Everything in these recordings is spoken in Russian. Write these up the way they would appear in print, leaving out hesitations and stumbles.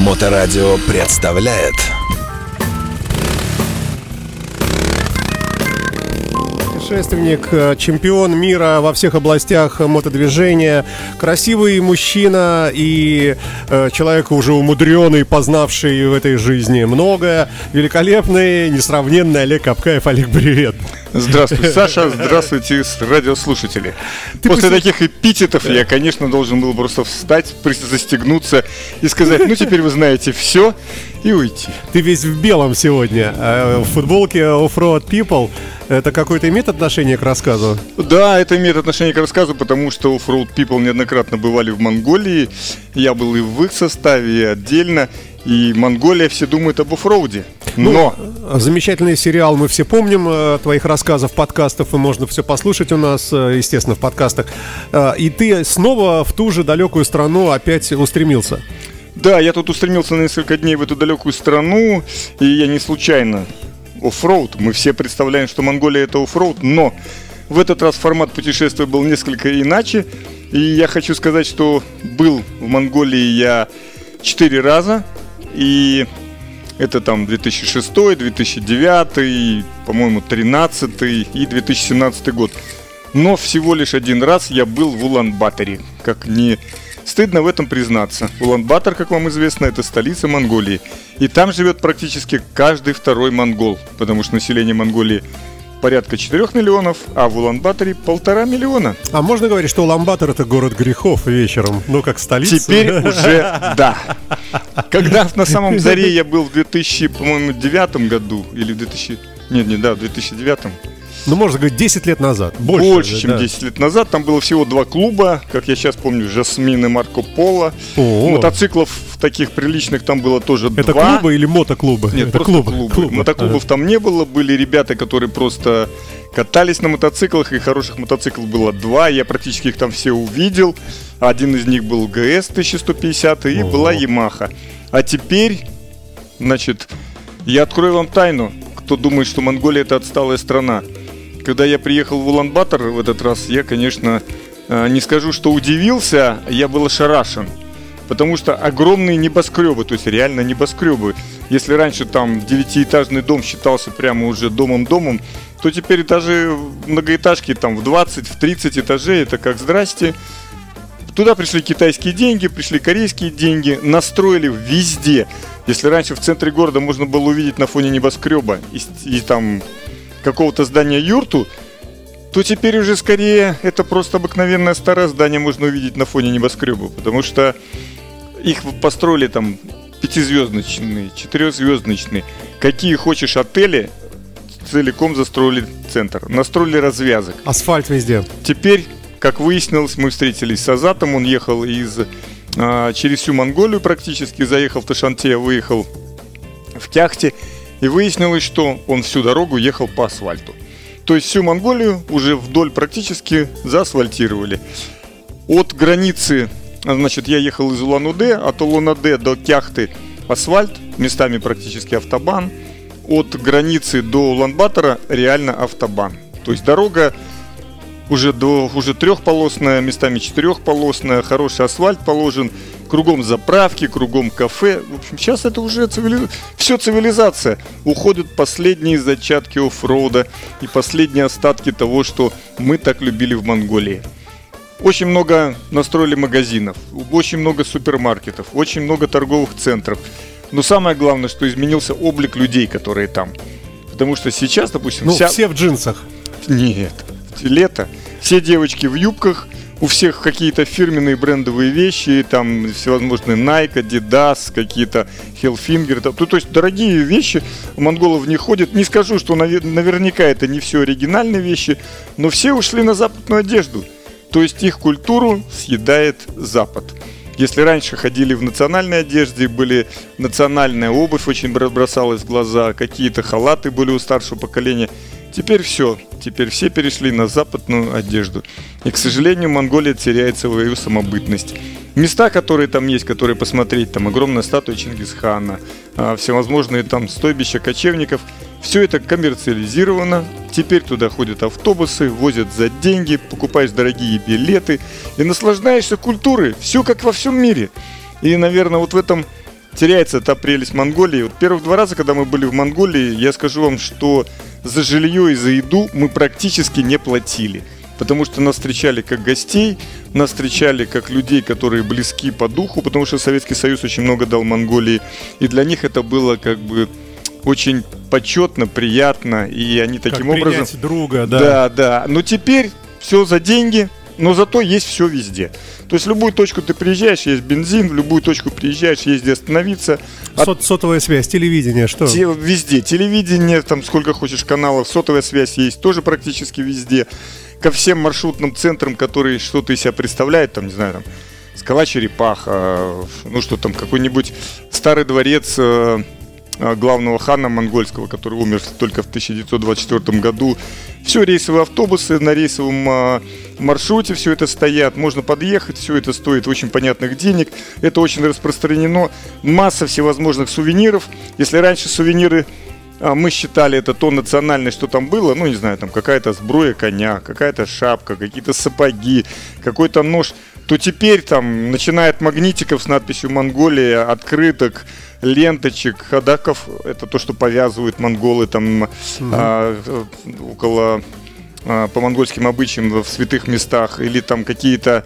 Моторадио представляет путешественник, чемпион мира во всех областях мотодвижения, красивый мужчина и человек уже умудренный, познавший в этой жизни многое, великолепный, несравненный Олег Апкаев. Олег, привет! Здравствуй, Саша, здравствуйте, радиослушатели. После таких эпитетов я, конечно, должен был просто встать, застегнуться и сказать: ну теперь вы знаете все, и уйти. Ты весь в белом сегодня, в футболке Offroad People. Это какое-то имеет отношение к рассказу? Да, это имеет отношение к рассказу, потому что Offroad People неоднократно бывали в Монголии. Я был и в их составе, и отдельно. И Монголия, все думают об оффроуде. Но замечательный сериал мы все помним, твоих рассказов, подкастов, и можно все послушать у нас, естественно, в подкастах. И ты снова в ту же далекую страну опять устремился. Да, я тут устремился на несколько дней в эту далекую страну, и я не случайно оффроуд. Мы все представляем, что Монголия — это оффроуд, но в этот раз формат путешествия был несколько иначе. И я хочу сказать, что был в Монголии я 4 раза. И это там 2006, 2009, по-моему, 2013 и 2017 год. Но всего лишь один раз я был в Улан-Баторе. Как не стыдно в этом признаться. Улан-Батор, как вам известно, это столица Монголии. И там живет практически каждый второй монгол, потому что население Монголии порядка 4 миллионов, а в Улан-Баторе 1,5 миллиона. А можно говорить, что Улан-Батор — это город грехов вечером, ну как столица? Теперь уже да. Когда на самом заре я был в 2009 году, или в 2009. Ну, можно говорить, 10 лет назад. Больше, чем 10 лет назад. Там было всего 2 клуба, как я сейчас помню, Жасмин и Марко Поло. Мотоциклов таких приличных там было тоже 2. Это клубы или мотоклубы? Нет, это просто клубы. Мотоклубов там не было. Были ребята, которые просто катались на мотоциклах, и хороших мотоциклов было 2. Я практически их там все увидел. Один из них был ГС 1150, и была Ямаха. А теперь, значит, я открою вам тайну. Кто думает, что Монголия — это отсталая страна. Когда я приехал в Улан-Батор в этот раз, я, конечно, не скажу, что удивился, я был ошарашен. Потому что огромные небоскребы, то есть реально небоскребы. Если раньше там 9-этажный дом считался прямо уже домом-домом, то теперь даже многоэтажки там в 20, в 30 этажей, это как здрасте. Туда пришли китайские деньги, пришли корейские деньги, настроили везде. Если раньше в центре города можно было увидеть на фоне небоскреба и там какого-то здания юрту, то теперь уже скорее это просто обыкновенное старое здание можно увидеть на фоне небоскреба, потому что их построили там 5-звездочные, 4-звездочные, какие хочешь отели, целиком застроили центр, настроили развязок. Асфальт везде. Теперь, как выяснилось, мы встретились с Азатом, он ехал через всю Монголию практически, заехал в Ташанте, выехал в Кяхте. И выяснилось, что он всю дорогу ехал по асфальту. То есть всю Монголию уже вдоль практически заасфальтировали. От границы, значит, я ехал из Улан-Удэ, от Улан-Удэ до Кяхты асфальт, местами практически автобан. От границы до Улан-Батора реально автобан. То есть дорога уже трехполосная, местами 4-полосная, хороший асфальт положен. Кругом заправки, кругом кафе. В общем, сейчас это уже все цивилизация. Уходят последние зачатки оффроуда и последние остатки того, что мы так любили в Монголии. Очень много настроили магазинов, очень много супермаркетов, очень много торговых центров. Но самое главное, что изменился облик людей, которые там. Потому что сейчас, допустим... все в джинсах. Нет, лето. Все девочки в юбках. У всех какие-то фирменные брендовые вещи, там всевозможные Nike, Adidas, какие-то Hellfinger. То есть дорогие вещи, монголов не ходят. Не скажу, что наверняка это не все оригинальные вещи, но все ушли на западную одежду. То есть их культуру съедает Запад. Если раньше ходили в национальной одежде, были национальная обувь, очень бросалась в глаза, какие-то халаты были у старшего поколения, теперь все. Теперь все перешли на западную одежду. И, к сожалению, Монголия теряет свою самобытность. Места, которые там есть, которые посмотреть, там огромная статуя Чингисхана, всевозможные там стойбища кочевников, все это коммерциализировано. Теперь туда ходят автобусы, возят за деньги, покупаешь дорогие билеты и наслаждаешься культурой. Все как во всем мире. И, наверное, вот в этом теряется та прелесть Монголии. Вот первых 2 раза, когда мы были в Монголии, я скажу вам, что за жилье и за еду мы практически не платили. Потому что нас встречали как гостей, нас встречали как людей, которые близки по духу, потому что Советский Союз очень много дал Монголии. И для них это было как бы очень почетно, приятно, и они таким как образом... принять друга, да. Да, да. Но теперь все за деньги, но зато есть все везде. То есть в любую точку ты приезжаешь, есть бензин, в любую точку приезжаешь, есть где остановиться. Сотовая связь, телевидение, что? Везде. Телевидение, там сколько хочешь каналов, сотовая связь есть тоже практически везде. Ко всем маршрутным центрам, которые что-то из себя представляют, там, не знаю, там, Скала Черепаха, ну что там, какой-нибудь старый дворец главного хана монгольского, который умер только в 1924 году. Все рейсовые автобусы на рейсовом маршруте, все это стоят, можно подъехать, все это стоит очень понятных денег, это очень распространено, масса всевозможных сувениров. Если раньше сувениры мы считали это то национальное, что там было, ну не знаю, там какая-то сбруя коня, какая-то шапка, какие-то сапоги, какой-то нож, то теперь там, начиная от магнитиков с надписью «Монголия», открыток, ленточек, ходаков, это то, что повязывают монголы там около, по монгольским обычаям в святых местах, или там какие-то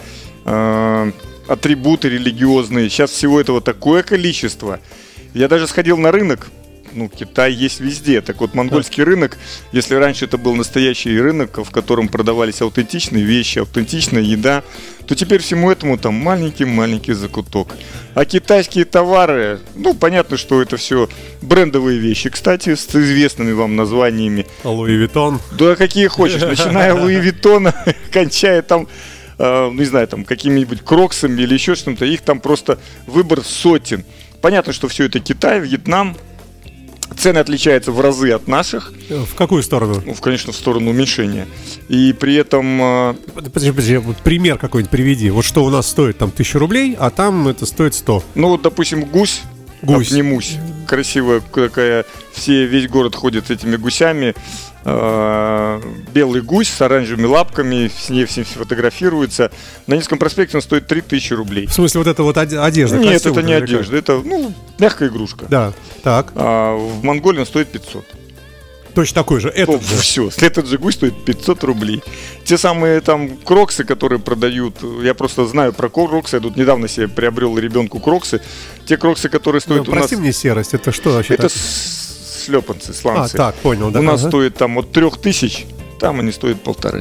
атрибуты религиозные. Сейчас всего этого такое количество. Я даже сходил на рынок. Ну, Китай есть везде. Так вот, монгольский рынок, если раньше это был настоящий рынок, в котором продавались аутентичные вещи, аутентичная еда, то теперь всему этому там маленький-маленький закуток. А китайские товары, ну, понятно, что это все брендовые вещи, кстати, с известными вам названиями. Луи Виттон. Да, какие хочешь, начиная Луи Виттона, кончая там, не знаю, там, какими-нибудь кроксами или еще что-то, их там просто выбор сотен. Понятно, что все это Китай, Вьетнам. Цены отличаются в разы от наших. В какую сторону? Ну, конечно, в сторону уменьшения. И при этом... Подожди, вот пример какой-нибудь приведи. Вот что у нас стоит там 1000 рублей, а там это стоит 100. Ну, вот, допустим, гусь. Обнимусь. Красивая такая, весь город ходит с этими гусями. Белый гусь с оранжевыми лапками, с ней все фотографируются. На Невском проспекте он стоит 3000 рублей. В смысле, вот это вот одежда? Нет, костюм, это не одежда, это, ну, мягкая игрушка. Да, так. В Монголии он стоит 500. Точно такой же, этот же. Все, этот же гусь стоит 500 рублей. Те самые там кроксы, которые продают, я просто знаю про кроксы, я тут недавно себе приобрел ребенку кроксы. Те кроксы, которые стоят у нас... Прости мне серость, это что вообще? Это шлепанцы, сланцы. Так, понял, да. У нас стоит там от 3000, там они стоят 1500.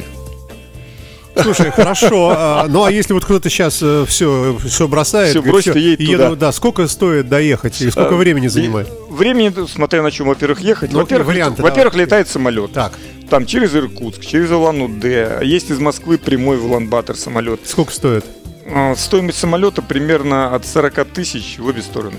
Слушай, хорошо. Ну а если вот кто-то сейчас все бросает, все бросит и едет туда. Да, сколько стоит доехать и сколько времени занимает? Времени, смотря на чем, во-первых, ехать. Ну, во-первых, летает самолет. Так. Там через Иркутск, через Улан-Удэ. Есть из Москвы прямой в Улан-Батор самолет. Сколько стоит? Стоимость самолета примерно от 40 тысяч в обе стороны.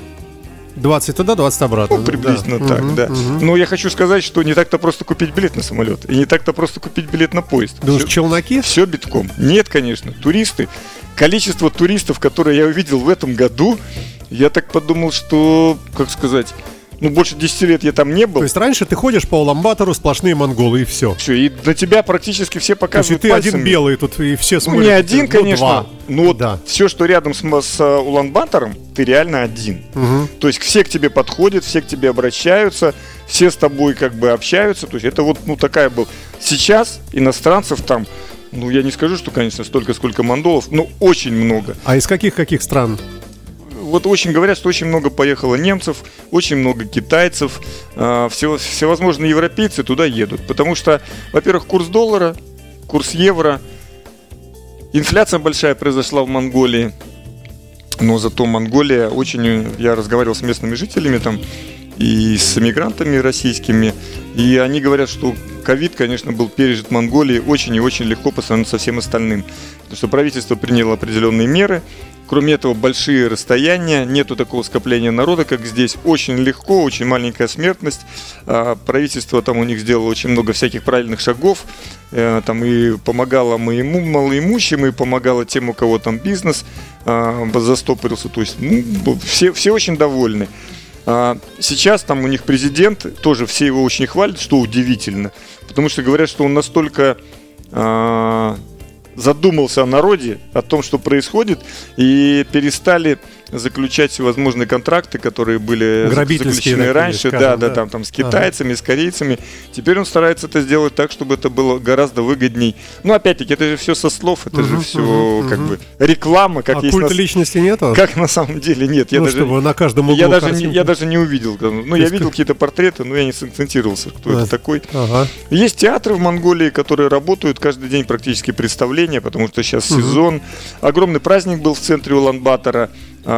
20 туда, 20 обратно. Ну, приблизительно так, да. Но я хочу сказать, что не так-то просто купить билет на самолет. И не так-то просто купить билет на поезд. Думаешь, челноки? Все битком. Нет, конечно. Туристы. Количество туристов, которые я увидел в этом году, я так подумал, что, как сказать... Ну, больше 10 лет я там не был. То есть раньше ты ходишь по Улан-Батору, сплошные монголы, и все. Все, и на тебя практически все показывают пальцами. То есть ты один белый тут, и все смотрят. Ну, не один, конечно. Два. Ну, вот да. Все, что рядом с Улан-Батором, ты реально один. То есть все к тебе подходят, все к тебе обращаются, все с тобой как бы общаются. То есть это вот, ну, такая была. Сейчас иностранцев там, ну, я не скажу, что, конечно, столько, сколько монголов, но очень много. А из каких стран? Вот очень говорят, что очень много поехало немцев, очень много китайцев, всевозможные европейцы туда едут. Потому что, во-первых, курс доллара, курс евро, инфляция большая произошла в Монголии. Но зато Монголия очень... Я разговаривал с местными жителями там и с эмигрантами российскими. И они говорят, что ковид, конечно, был пережит в Монголии очень и очень легко по сравнению со всем остальным. Потому что правительство приняло определенные меры. Кроме этого, большие расстояния, нету такого скопления народа, как здесь. Очень легко, очень маленькая смертность. Правительство там у них сделало очень много всяких правильных шагов. Там и помогало малоимущим, и помогало тем, у кого там бизнес застопорился. То есть, ну, все очень довольны. Сейчас там у них президент, тоже все его очень хвалят, что удивительно. Потому что говорят, что он настолько... задумался о народе, о том, что происходит, и перестали заключать всевозможные контракты, которые были заключены раньше, там с китайцами, с корейцами. Теперь он старается это сделать так, чтобы это было гораздо выгодней. Ну, опять-таки, это же все со слов, это же все как бы реклама, как есть. Культа личности нету? Как на самом деле нет. Я даже, чтобы на каждом углу я даже не увидел. Ну, я видел какие-то портреты, но я не сакцентировался, кто это такой. Есть театры в Монголии, которые работают каждый день, практически представления, потому что сейчас сезон. Огромный праздник был в центре Улан-Батора,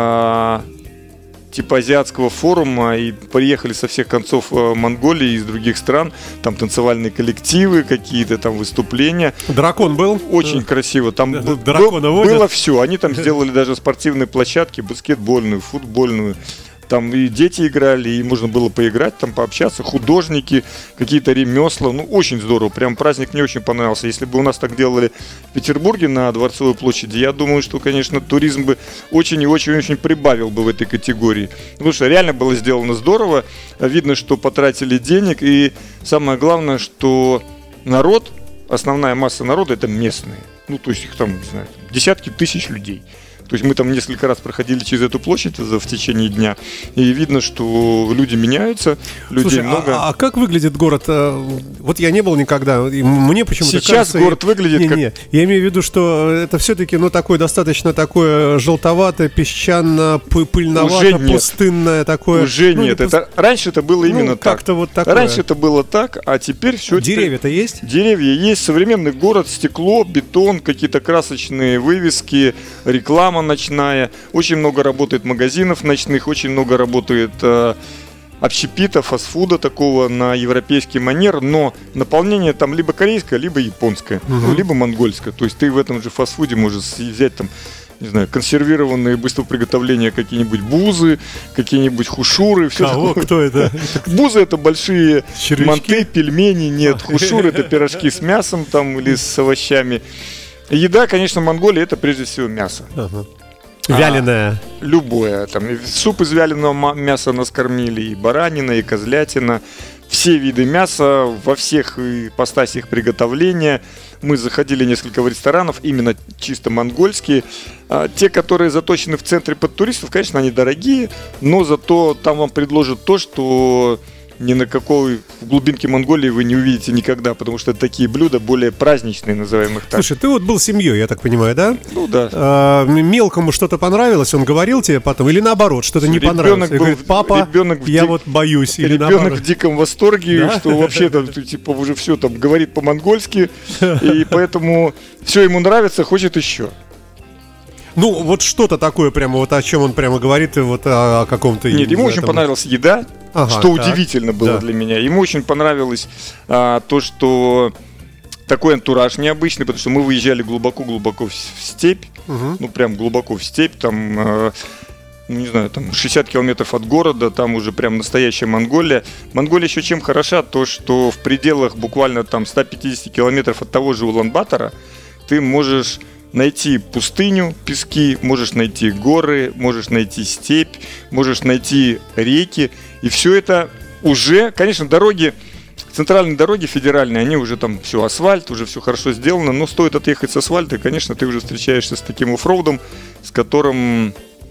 типа азиатского форума, и приехали со всех концов Монголии, из других стран, там танцевальные коллективы какие-то, там выступления. Дракон был? Очень красиво, там было все, они там сделали даже спортивные площадки, баскетбольную, футбольную. Там и дети играли, и можно было поиграть, там пообщаться, художники, какие-то ремесла. Ну, очень здорово, прям праздник мне очень понравился. Если бы у нас так делали в Петербурге на Дворцовой площади, я думаю, что, конечно, туризм бы очень и очень-очень прибавил бы в этой категории. Потому что реально было сделано здорово, видно, что потратили денег, и самое главное, что народ, основная масса народа — это местные. Ну, то есть их там, не знаю, десятки тысяч людей. То есть мы там несколько раз проходили через эту площадь в течение дня, и видно, что люди меняются, людей много. А как выглядит город? Вот я не был никогда, и мне почему-то сейчас кажется, город выглядит как... Я имею в виду, что это все-таки, такое достаточно такое желтоватое, песчано-пыльновато, пустынное такое. Уже нет. Раньше это было именно так. Как-то вот такое. Раньше это было так, а теперь все. Деревья-то есть? Деревья есть. Современный город, стекло, бетон, какие-то красочные вывески, реклама ночная, очень много работает магазинов ночных, очень много работает общепита, фастфуда такого на европейский манер, но наполнение там либо корейское, либо японское, либо монгольское. То есть ты в этом же фастфуде можешь взять там, не знаю, консервированные быстрого приготовления какие-нибудь бузы, какие-нибудь хушуры. Кто это? Бузы — это большие червячки? манты, пельмени, нет. Хушуры — это пирожки с мясом там или с овощами. Еда, конечно, в Монголии — это прежде всего мясо. Вяленое. Любое. Там суп из вяленого мяса нас кормили, и баранина, и козлятина. Все виды мяса во всех ипостасях приготовления. Мы заходили несколько в ресторанов, именно чисто монгольские. Те, которые заточены в центре под туристов, конечно, они дорогие, но зато там вам предложат то, что ни на какой в глубинке Монголии вы не увидите никогда, потому что это такие блюда более праздничные, называемых так. Слушай, ты вот был семьей, я так понимаю, да? Ну да. Мелкому что-то понравилось, он говорил тебе потом, или наоборот, что-то не понравилось? Говорит, папа, я вот боюсь. Или ребенок в диком восторге, да? Что вообще там типа уже все там говорит по-монгольски, и поэтому все ему нравится, хочет еще. Ну, вот что-то такое прямо, вот о чем он прямо говорит, вот о каком-то... Нет, ему очень понравилась еда, что удивительно было для меня. Ему очень понравилось то, что такой антураж необычный, потому что мы выезжали глубоко-глубоко в степь, ну, прям глубоко в степь, там... не знаю, там 60 километров от города, там уже прям настоящая Монголия. Монголия еще чем хороша, то, что в пределах буквально там 150 километров от того же Улан-Батора ты можешь найти пустыню, пески, можешь найти горы, можешь найти степь, можешь найти реки. И все это уже, конечно, дороги, центральные дороги федеральные, они уже там все асфальт, уже все хорошо сделано, но стоит отъехать с асфальта, и, конечно, ты уже встречаешься с таким оффроудом, с которым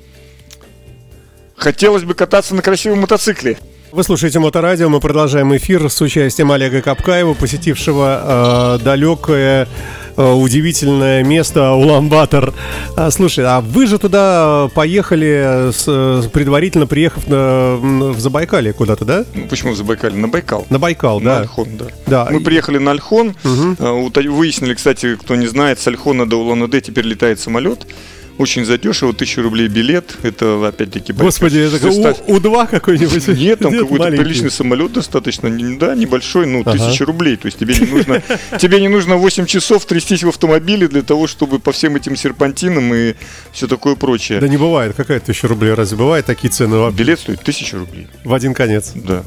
хотелось бы кататься на красивом мотоцикле. Вы слушаете Моторадио, мы продолжаем эфир с участием Олега Капкаева, посетившего далекое, удивительное место Улан-Батор. Слушай, а вы же туда поехали, предварительно приехав в Забайкалье куда-то, да? Ну, почему в Забайкалье? На Байкал. На Байкал, да. На Ольхон, да. Мы приехали на Ольхон, выяснили, кстати, кто не знает, с Ольхона до Улан-Удэ теперь летает самолет. Очень задешево, 1000 рублей билет. Это опять-таки... Господи, это У-2 какой-нибудь? Нет, там какой-то приличный самолет достаточно, да, небольшой, 1000 рублей. То есть тебе не нужно 8 часов трястись в автомобиле для того, чтобы по всем этим серпантинам и все такое прочее. Да не бывает, какая 1000 рублей, разве бывает такие цены? Билет стоит 1000 рублей. В один конец? Да.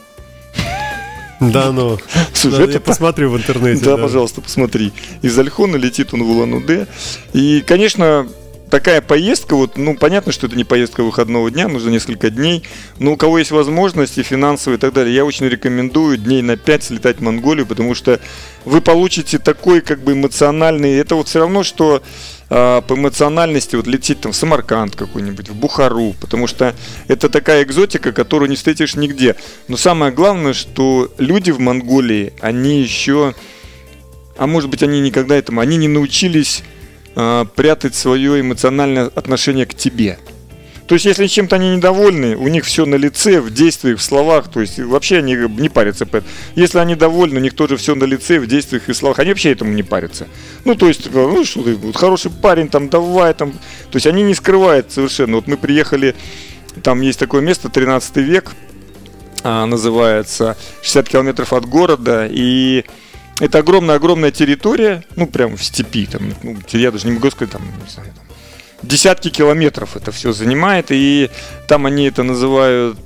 Да, ну, слушай, я посмотрю в интернете. Да, пожалуйста, посмотри. Из Ольхона летит он в Улан-Удэ. И, конечно... Такая поездка, понятно, что это не поездка выходного дня, нужно несколько дней, но у кого есть возможности финансовые и так далее, я очень рекомендую дней на 5 слетать в Монголию, потому что вы получите такой эмоциональный, это вот все равно, что по эмоциональности вот лететь там в Самарканд какой-нибудь, в Бухару, потому что это такая экзотика, которую не встретишь нигде. Но самое главное, что люди в Монголии, они еще, а может быть они никогда этому, они не научились прятать свое эмоциональное отношение к тебе. То есть, если чем-то они недовольны, у них все на лице, в действиях, в словах, то есть вообще они не парятся по этому. Если они довольны, у них тоже все на лице, в действиях и словах, они вообще этому не парятся. Ну, то есть, ну что ты, вот хороший парень, там, давай, там. То есть, они не скрывают совершенно. Вот мы приехали, там есть такое место, 13 век, называется, 60 километров от города, и это огромная-огромная территория, ну, прям в степи, там, ну, я даже не могу сказать, там, не знаю, там, десятки километров это все занимает, и там они это называют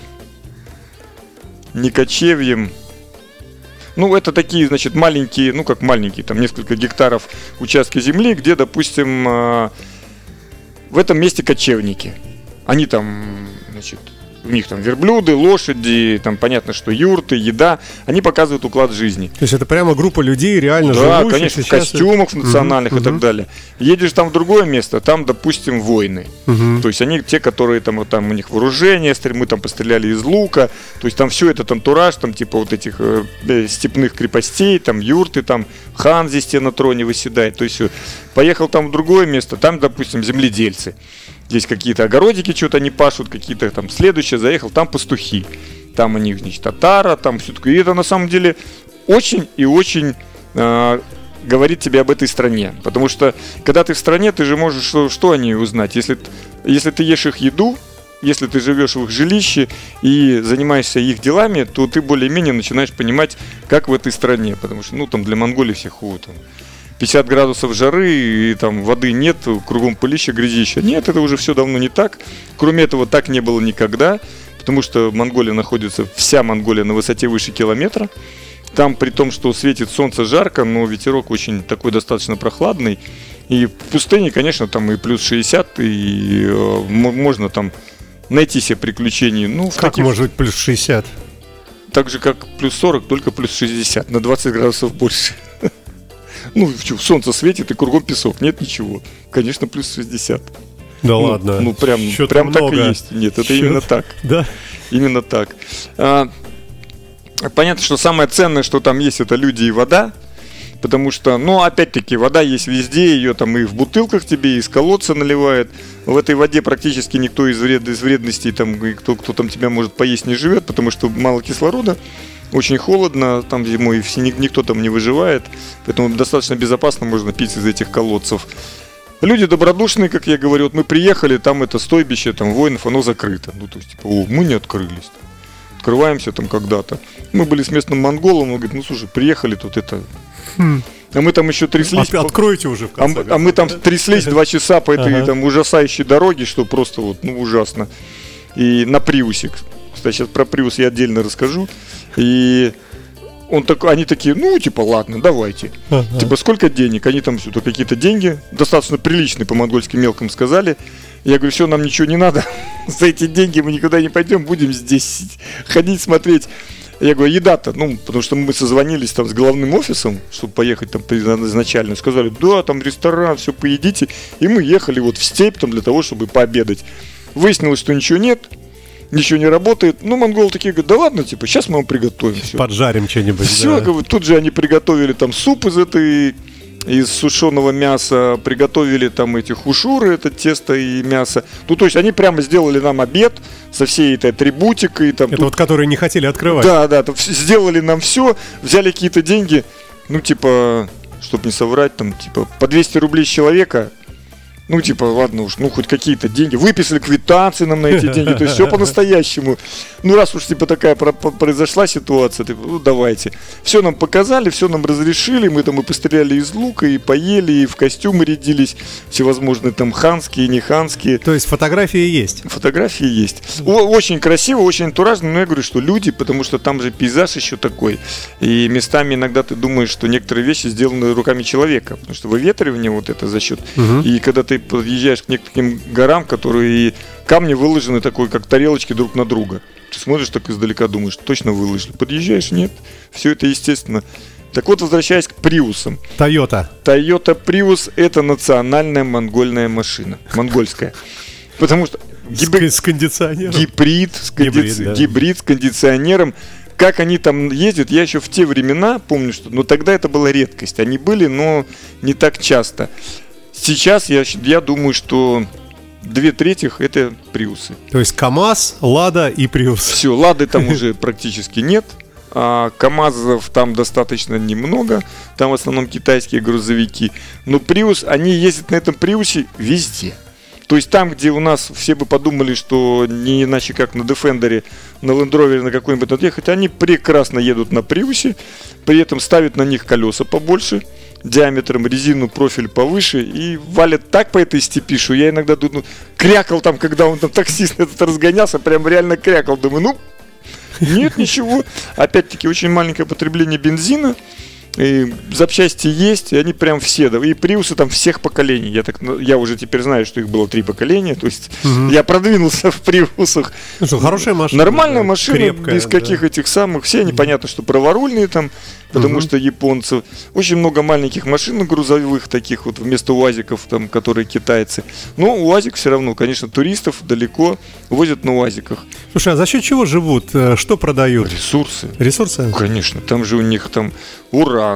не кочевьем. Ну, это такие, значит, маленькие, ну, как маленькие, там, несколько гектаров участки земли, где, допустим, в этом месте кочевники. Они там, значит, у них там верблюды, лошади, там понятно, что юрты, еда. Они показывают уклад жизни. То есть это прямо группа людей, реально живущих. Да, конечно, в костюмах национальных и так далее. Едешь там в другое место, там, допустим, воины. То есть они те, которые там, вот, там у них вооружение, мы там постреляли из лука. То есть там все этот антураж, там типа вот этих степных крепостей, там юрты, там хан здесь тебе на троне выседает. То есть все. Поехал там в другое место, там, допустим, земледельцы. Здесь какие-то огородики, что-то они пашут, какие-то там следующее, заехал, там пастухи. Там у них, значит, татара, там все такое. И это на самом деле очень и очень говорит тебе об этой стране. Потому что, когда ты в стране, ты же можешь что о ней узнать. Если ты ешь их еду, если ты живешь в их жилище и занимаешься их делами, то ты более-менее начинаешь понимать, как в этой стране. Потому что, ну, там для Монголии всех там 50 градусов жары, и там воды нет, кругом пылища, грязища. Нет, это уже все давно не так. Кроме этого, так не было никогда, потому что Монголия находится, вся Монголия на высоте выше километра. Там, при том, что светит солнце жарко, но ветерок очень такой достаточно прохладный. И в пустыне, конечно, там и плюс 60, и можно там найти себе приключения. Ну, как может быть плюс 60? Так же, как плюс 40, только плюс 60, на 20 градусов больше. Ну, солнце светит и кругом песок, нет ничего. Конечно, плюс 60. Да ладно. Ну, прям так и есть. Нет, это именно так. Да? Именно так. Понятно, что самое ценное, что там есть, это люди и вода. Потому что, ну, опять-таки, вода есть везде, ее там и в бутылках тебе, из колодца наливают. В этой воде практически никто из вредностей, там, кто там тебя может поесть, не живет, потому что мало кислорода. Очень холодно, там зимой никто там не выживает, поэтому достаточно безопасно можно пить из этих колодцев. Люди добродушные, как я говорю, вот мы приехали, там это стойбище, там воинов, оно закрыто. Ну, то есть, типа, мы не открылись. Открываемся там когда-то. Мы были с местным монголом, он говорит, ну, слушай, приехали тут это... А мы там еще тряслись. Откройте уже в конце концов. А мы там тряслись 2 часа по этой там ужасающей дороге, что просто вот, ну, ужасно. И на Приусе. Кстати, сейчас про Приус я отдельно расскажу. И они такие, ну, типа, ладно, давайте. Типа, сколько денег? Они там все-то какие-то деньги, достаточно приличные, по монгольским мелкам сказали. Я говорю, все, нам ничего не надо. За эти деньги мы никуда не пойдем, будем здесь ходить, смотреть. Я говорю, еда-то, ну, потому что мы созвонились там с главным офисом, чтобы поехать там изначально. Сказали, да, там ресторан, все, поедите. И мы ехали вот в степь там для того, чтобы пообедать. Выяснилось, что ничего нет. Ничего не работает. Ну, монголы такие говорят, да ладно, типа, сейчас мы вам приготовим. Все. Поджарим что-нибудь. Все, да. Тут же они приготовили там суп из сушеного мяса, приготовили там эти хушуры, это тесто и мясо. Ну, то есть они прямо сделали нам обед со всей этой атрибутикой. Там, это вот которые не хотели открывать. Да, сделали нам все, взяли какие-то деньги, ну, типа, чтобы не соврать, там, типа, по 200 рублей с человека. Ну, типа, ладно уж, ну, хоть какие-то деньги. Выписали квитанции нам на эти деньги. То есть все по-настоящему. Ну, раз уж, типа, такая произошла ситуация, типа, ну, давайте. Все нам показали, все нам разрешили. Мы там и постреляли из лука, и поели, и в костюмы рядились. Всевозможные там ханские, не ханские. То есть фотографии есть? Фотографии есть. Очень красиво, очень антуражно. Но я говорю, что люди, потому что там же пейзаж еще такой. И местами иногда ты думаешь, что некоторые вещи сделаны руками человека. Потому что выветривание вот это за счет. И когда ты подъезжаешь к некоторым горам, которые камни выложены такой, как тарелочки друг на друга. Ты смотришь так издалека, думаешь, точно выложили. Подъезжаешь, нет. Все это естественно. Так вот, возвращаясь к Приусам. Toyota Prius — это национальная монгольная машина. Монгольская. Потому что с кондиционером. Гибрид с кондиционером. Как они там ездят, я еще в те времена помню, что... Но тогда это была редкость. Они были, но не так часто. Сейчас я думаю, что 2/3 это Приусы. То есть КамАЗ, Лада и Приус. Все, Лады там уже практически нет. А КамАЗов там достаточно немного. Там в основном китайские грузовики. Но Приус, они ездят на этом Приусе везде. То есть там, где у нас все бы подумали, что не иначе как на Defender'е, на Land Rover'е, на какой-нибудь отъехать, они прекрасно едут на Приусе, при этом ставят на них колеса побольше, диаметром, резину, профиль повыше и валят так по этой степи, что я иногда крякал там, когда он там таксист этот разгонялся, прям реально крякал, думаю, нет, ничего. Опять-таки очень маленькое потребление бензина. И запчасти есть, и они прям все, да, и Приусы там всех поколений. Я уже теперь знаю, что их было 3 поколения, то есть я продвинулся в Приусах. Ну что, хорошая машина. Нормальная машина, крепкая, без каких этих самых, все непонятно, что праворульные там, потому что японцы. Очень много маленьких машин грузовых таких вот вместо УАЗиков, там, которые китайцы. Но УАЗик все равно, конечно, туристов далеко возят на УАЗиках. Слушай, а за счет чего живут? Что продают? Ресурсы? Конечно, там же у них там уран,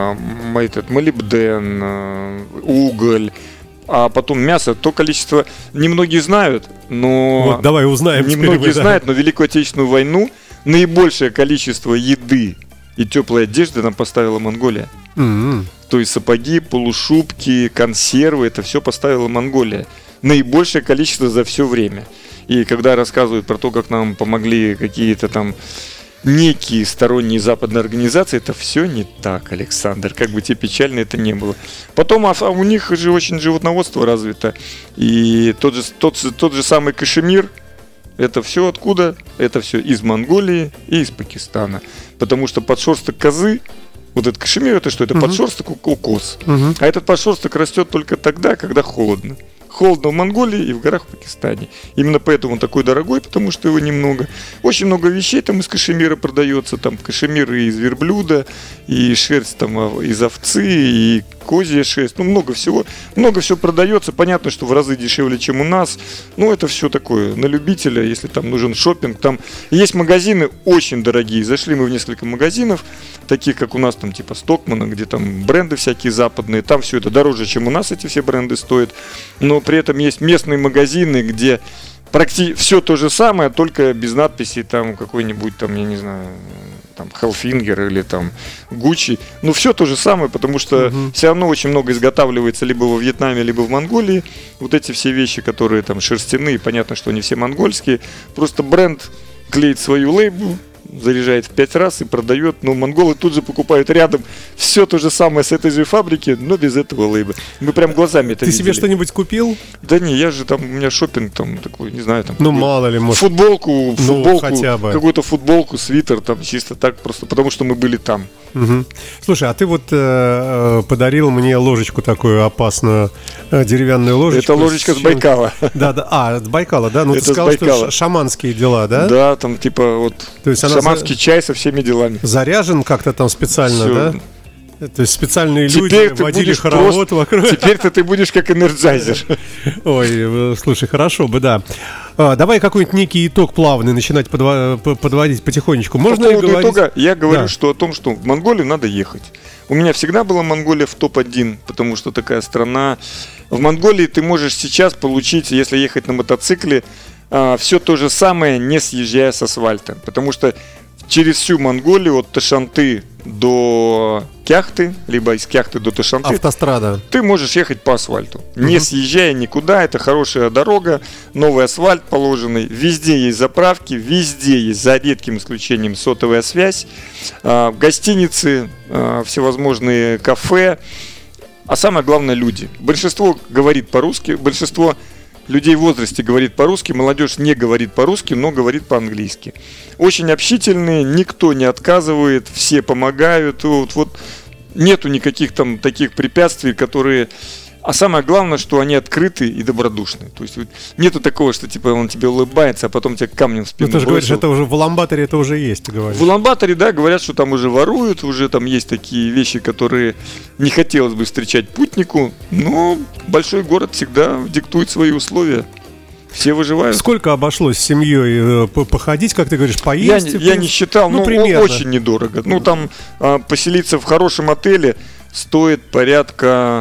молибден, уголь, а потом мясо. То количество немногие знают, но... Вот, давай узнаем. Немногие знают, но Великую Отечественную войну наибольшее количество еды и теплой одежды нам поставила Монголия. То есть сапоги, полушубки, консервы, это все поставила Монголия. Наибольшее количество за все время. И когда рассказывают про то, как нам помогли какие-то там некие сторонние западные организации, это все не так, Александр, как бы тебе печально это не было. Потом, у них же очень животноводство развито, и тот же самый кашемир, это все откуда? Это все из Монголии и из Пакистана, потому что подшерсток козы, вот этот кашемир, это что? Это подшерсток у коз, а этот подшерсток растет только тогда, когда холодно. Холодно в Монголии и в горах в Пакистане. Именно поэтому он такой дорогой, потому что его немного. Очень много вещей там из кашемира продается. Там кашемир и из верблюда, и шерсть там из овцы, и козья шерсть. Ну, много всего продается. Понятно, что в разы дешевле, чем у нас. Но это все такое на любителя, если там нужен шопинг. Там есть магазины очень дорогие. Зашли мы в несколько магазинов, таких как у нас там типа Стокмана, где там бренды всякие западные. Там все это дороже, чем у нас эти все бренды стоят. Но при этом есть местные магазины, где практически все то же самое, только без надписей там какой-нибудь там, я не знаю, там Hellfinger или там Gucci. Ну все то же самое, потому что все равно очень много изготавливается либо во Вьетнаме, либо в Монголии. Вот эти все вещи, которые там шерстяные, понятно, что они все монгольские. Просто бренд клеит свою лейбл, заряжает в 5 раз и продает, но монголы тут же покупают рядом все то же самое с этой же фабрики, но без этого лейбла. Мы прям глазами это видели. Ты себе что-нибудь купил? Да не, я же там, у меня шопинг там такой, не знаю, там. Ну мало ли, может. Футболку, хотя бы. Какую-то футболку, свитер, там чисто так просто, потому что мы были там. Слушай, а ты вот подарил мне ложечку такую опасную, деревянную ложечку. Это ложечка с Байкала. Да, с Байкала, да? Ну это ты сказал, что шаманские дела, да? Да, там типа вот то есть шаманский чай со всеми делами. Заряжен как-то там специально, всё. Да? То есть специальные теперь люди водили хоровод вокруг. Теперь-то ты будешь как энерджайзер. Ой, слушай, хорошо бы, да. Давай какой-нибудь некий итог плавный начинать подводить потихонечку. Можно по ли поводу говорить? итога я говорю, что о том, что в Монголию надо ехать. У меня всегда была Монголия в топ-1, потому что такая страна. В Монголии ты можешь сейчас получить, если ехать на мотоцикле, все то же самое, не съезжая с асфальта. Потому что через всю Монголию, от Ташанты до Кяхты, либо из Кяхты до Ташанты, автострада, ты можешь ехать по асфальту, не съезжая никуда. Это хорошая дорога, новый асфальт положенный, везде есть заправки, везде есть, за редким исключением, сотовая связь, гостиницы, всевозможные кафе, а самое главное — люди. Большинство говорит по-русски, большинство людей в возрасте говорит по-русски, молодежь не говорит по-русски, но говорит по-английски. Очень общительные, никто не отказывает, все помогают. Вот нету никаких там таких препятствий, которые А самое главное, что они открыты и добродушны. То есть вот нету такого, что типа он тебе улыбается, а потом тебя камнем в спину Ну, ты же говоришь, бросил. это уже в Улан-Баторе это уже есть, ты говоришь. В Улан-Баторе, да, говорят, что там уже воруют, уже там есть такие вещи, которые не хотелось бы встречать путнику, но большой город всегда диктует свои условия. Все выживают. Сколько обошлось с семьей походить, как ты говоришь, поесть? Я не считал, ну, но примерно. очень недорого. Ну, там поселиться в хорошем отеле стоит порядка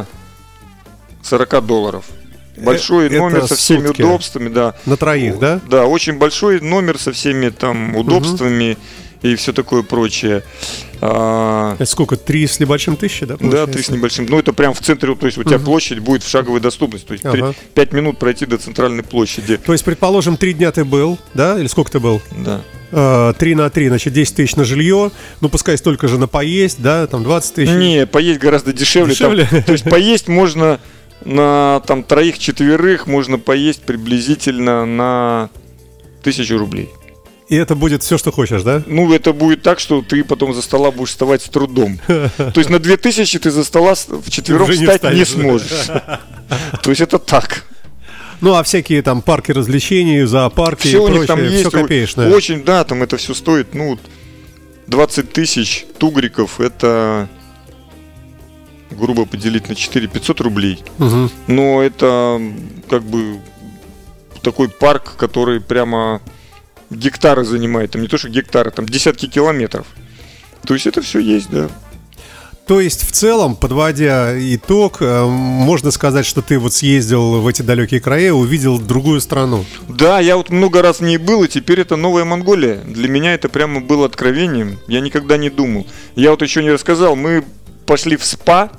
$40. Большой Это номер со всеми сутки. удобствами, да. На троих, да? Да, очень большой номер со всеми там удобствами и все такое прочее. Это сколько, 3 с небольшим тысячи, да? Да, получается? 3 с небольшим. Ну, это прям в центре, то есть у тебя площадь будет в шаговой доступности. То есть Ага. 5 минут пройти до центральной площади. То есть, предположим, 3 дня ты был, да? Или сколько ты был? Да. 3 на 3, значит, 10 тысяч на жилье. Ну, пускай столько же на поесть, да? Там 20 тысяч. Не, поесть гораздо дешевле. Дешевле? Там, то есть поесть можно на там 3-4 можно поесть приблизительно на 1000 рублей. И это будет все, что хочешь, да? Ну, это будет так, что ты потом за стола будешь вставать с трудом. То есть на 2000 ты за стола вчетвером Уже не встать не встанешь. сможешь. То есть это так. Ну, а всякие там парки развлечений, зоопарки Все и у них прочее, там есть. все копеечное. Очень, да, там это все стоит, ну, 20 тысяч тугриков, это, грубо поделить на 4, 500 рублей. Мгм. Но это как бы такой парк, который прямо гектары занимает. Там не то, что гектары, там десятки километров. То есть это все есть, да. То есть, в целом, подводя итог, можно сказать, что ты вот съездил в эти далекие края, увидел другую страну. Да, я вот много раз в ней был, и теперь это Новая Монголия. Для меня это прямо было откровением. Я никогда не думал. Я вот еще не рассказал, мы пошли в спа.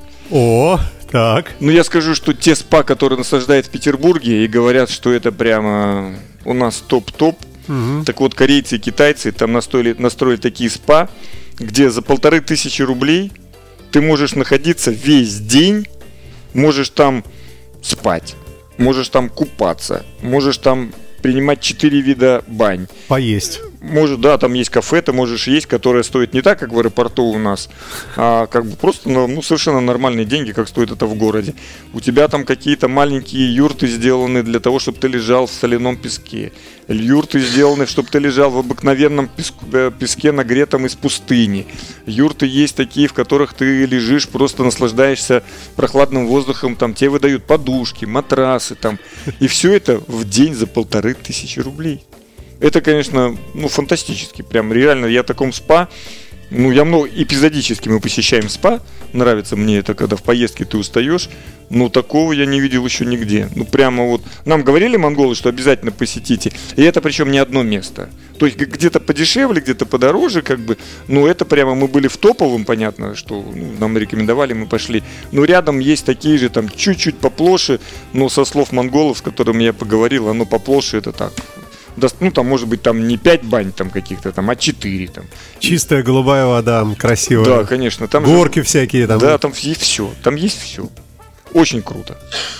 О, так. Но я скажу, что те спа, которые наслаждают в Петербурге, и говорят, что это прямо у нас топ-топ. Так вот, корейцы и китайцы там настроили такие спа, где за 1500 рублей ты можешь находиться весь день, можешь там спать, можешь там купаться, можешь там принимать 4 вида бань. Поесть. Может, да, там есть кафе, ты можешь есть, которое стоит не так, как в аэропорту у нас, а как бы просто, ну, совершенно нормальные деньги, как стоит это в городе. У тебя там какие-то маленькие юрты сделаны для того, чтобы ты лежал в соляном песке. Юрты сделаны, чтобы ты лежал в обыкновенном песке, нагретом из пустыни. Юрты есть такие, в которых ты лежишь, просто наслаждаешься прохладным воздухом, там тебе выдают подушки, матрасы там. И все это в день за 1500 рублей. Это, конечно, ну, фантастически, прям реально, я в таком спа, ну, эпизодически мы посещаем спа, нравится мне это, когда в поездке ты устаешь, но такого я не видел еще нигде. Ну, прямо вот, нам говорили монголы, что обязательно посетите, и это причем не одно место. То есть где-то подешевле, где-то подороже, как бы, но это прямо мы были в топовом, понятно, что нам рекомендовали, мы пошли. Но рядом есть такие же, там, чуть-чуть поплоше, но со слов монголов, с которыми я поговорил, оно поплоше, это так. Ну, там, может быть, там не 5 бань там каких-то там, а 4 там. Чистая голубая вода, красивая. Да, конечно. Там горки всякие там. Да, там есть все. Там есть все. Очень круто.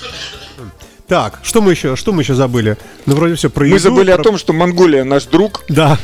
Так, что мы еще забыли? Ну, вроде все про еду. Мы забыли о том, что Монголия наш друг. Да.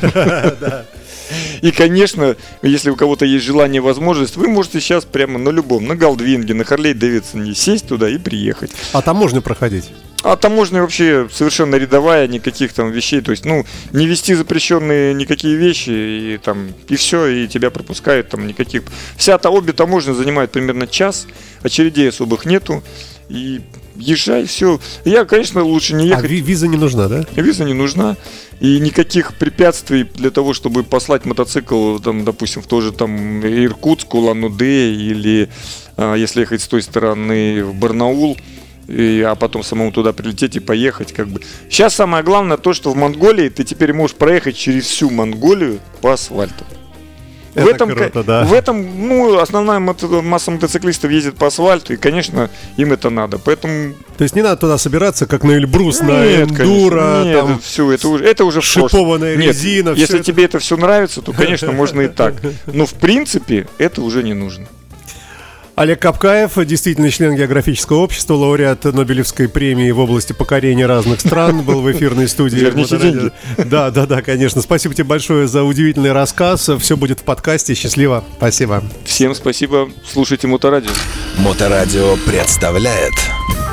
И, конечно, если у кого-то есть желание, возможность, вы можете сейчас прямо на любом, на Голдвинге, на Харлей Дэвидсоне сесть туда и приехать. А там можно проходить? А таможня вообще совершенно рядовая, никаких там вещей, то есть, ну, не везти запрещенные никакие вещи, и там, и все, и тебя пропускают, там, никаких. Обе таможни занимают примерно час, очередей особых нету, и езжай, все. Я, конечно, лучше не ехать. А виза не нужна, да? Виза не нужна, и никаких препятствий для того, чтобы послать мотоцикл, там, допустим, в тот же там Иркутск, Улан-Удэ, или если ехать с той стороны в Барнаул, а потом самому туда прилететь и поехать, как бы. Сейчас самое главное то, что в Монголии ты теперь можешь проехать через всю Монголию по асфальту. Это круто, да. В этом, ну, основная масса мотоциклистов ездит по асфальту, и, конечно, им это надо. Поэтому. То есть не надо туда собираться, как на Эльбрус, на Нет, эндуро, нет, там все, это уже в шипованная прошлом. резина. Нет, если тебе это все нравится, то, конечно, можно и так. Но в принципе это уже не нужно. Олег Капкаев, действительно член географического общества, лауреат Нобелевской премии в области покорения разных стран, был в эфирной студии. Верните деньги. Да, конечно. Спасибо тебе большое за удивительный рассказ. Все будет в подкасте. Счастливо. Спасибо. Всем спасибо. Слушайте Моторадио. Моторадио представляет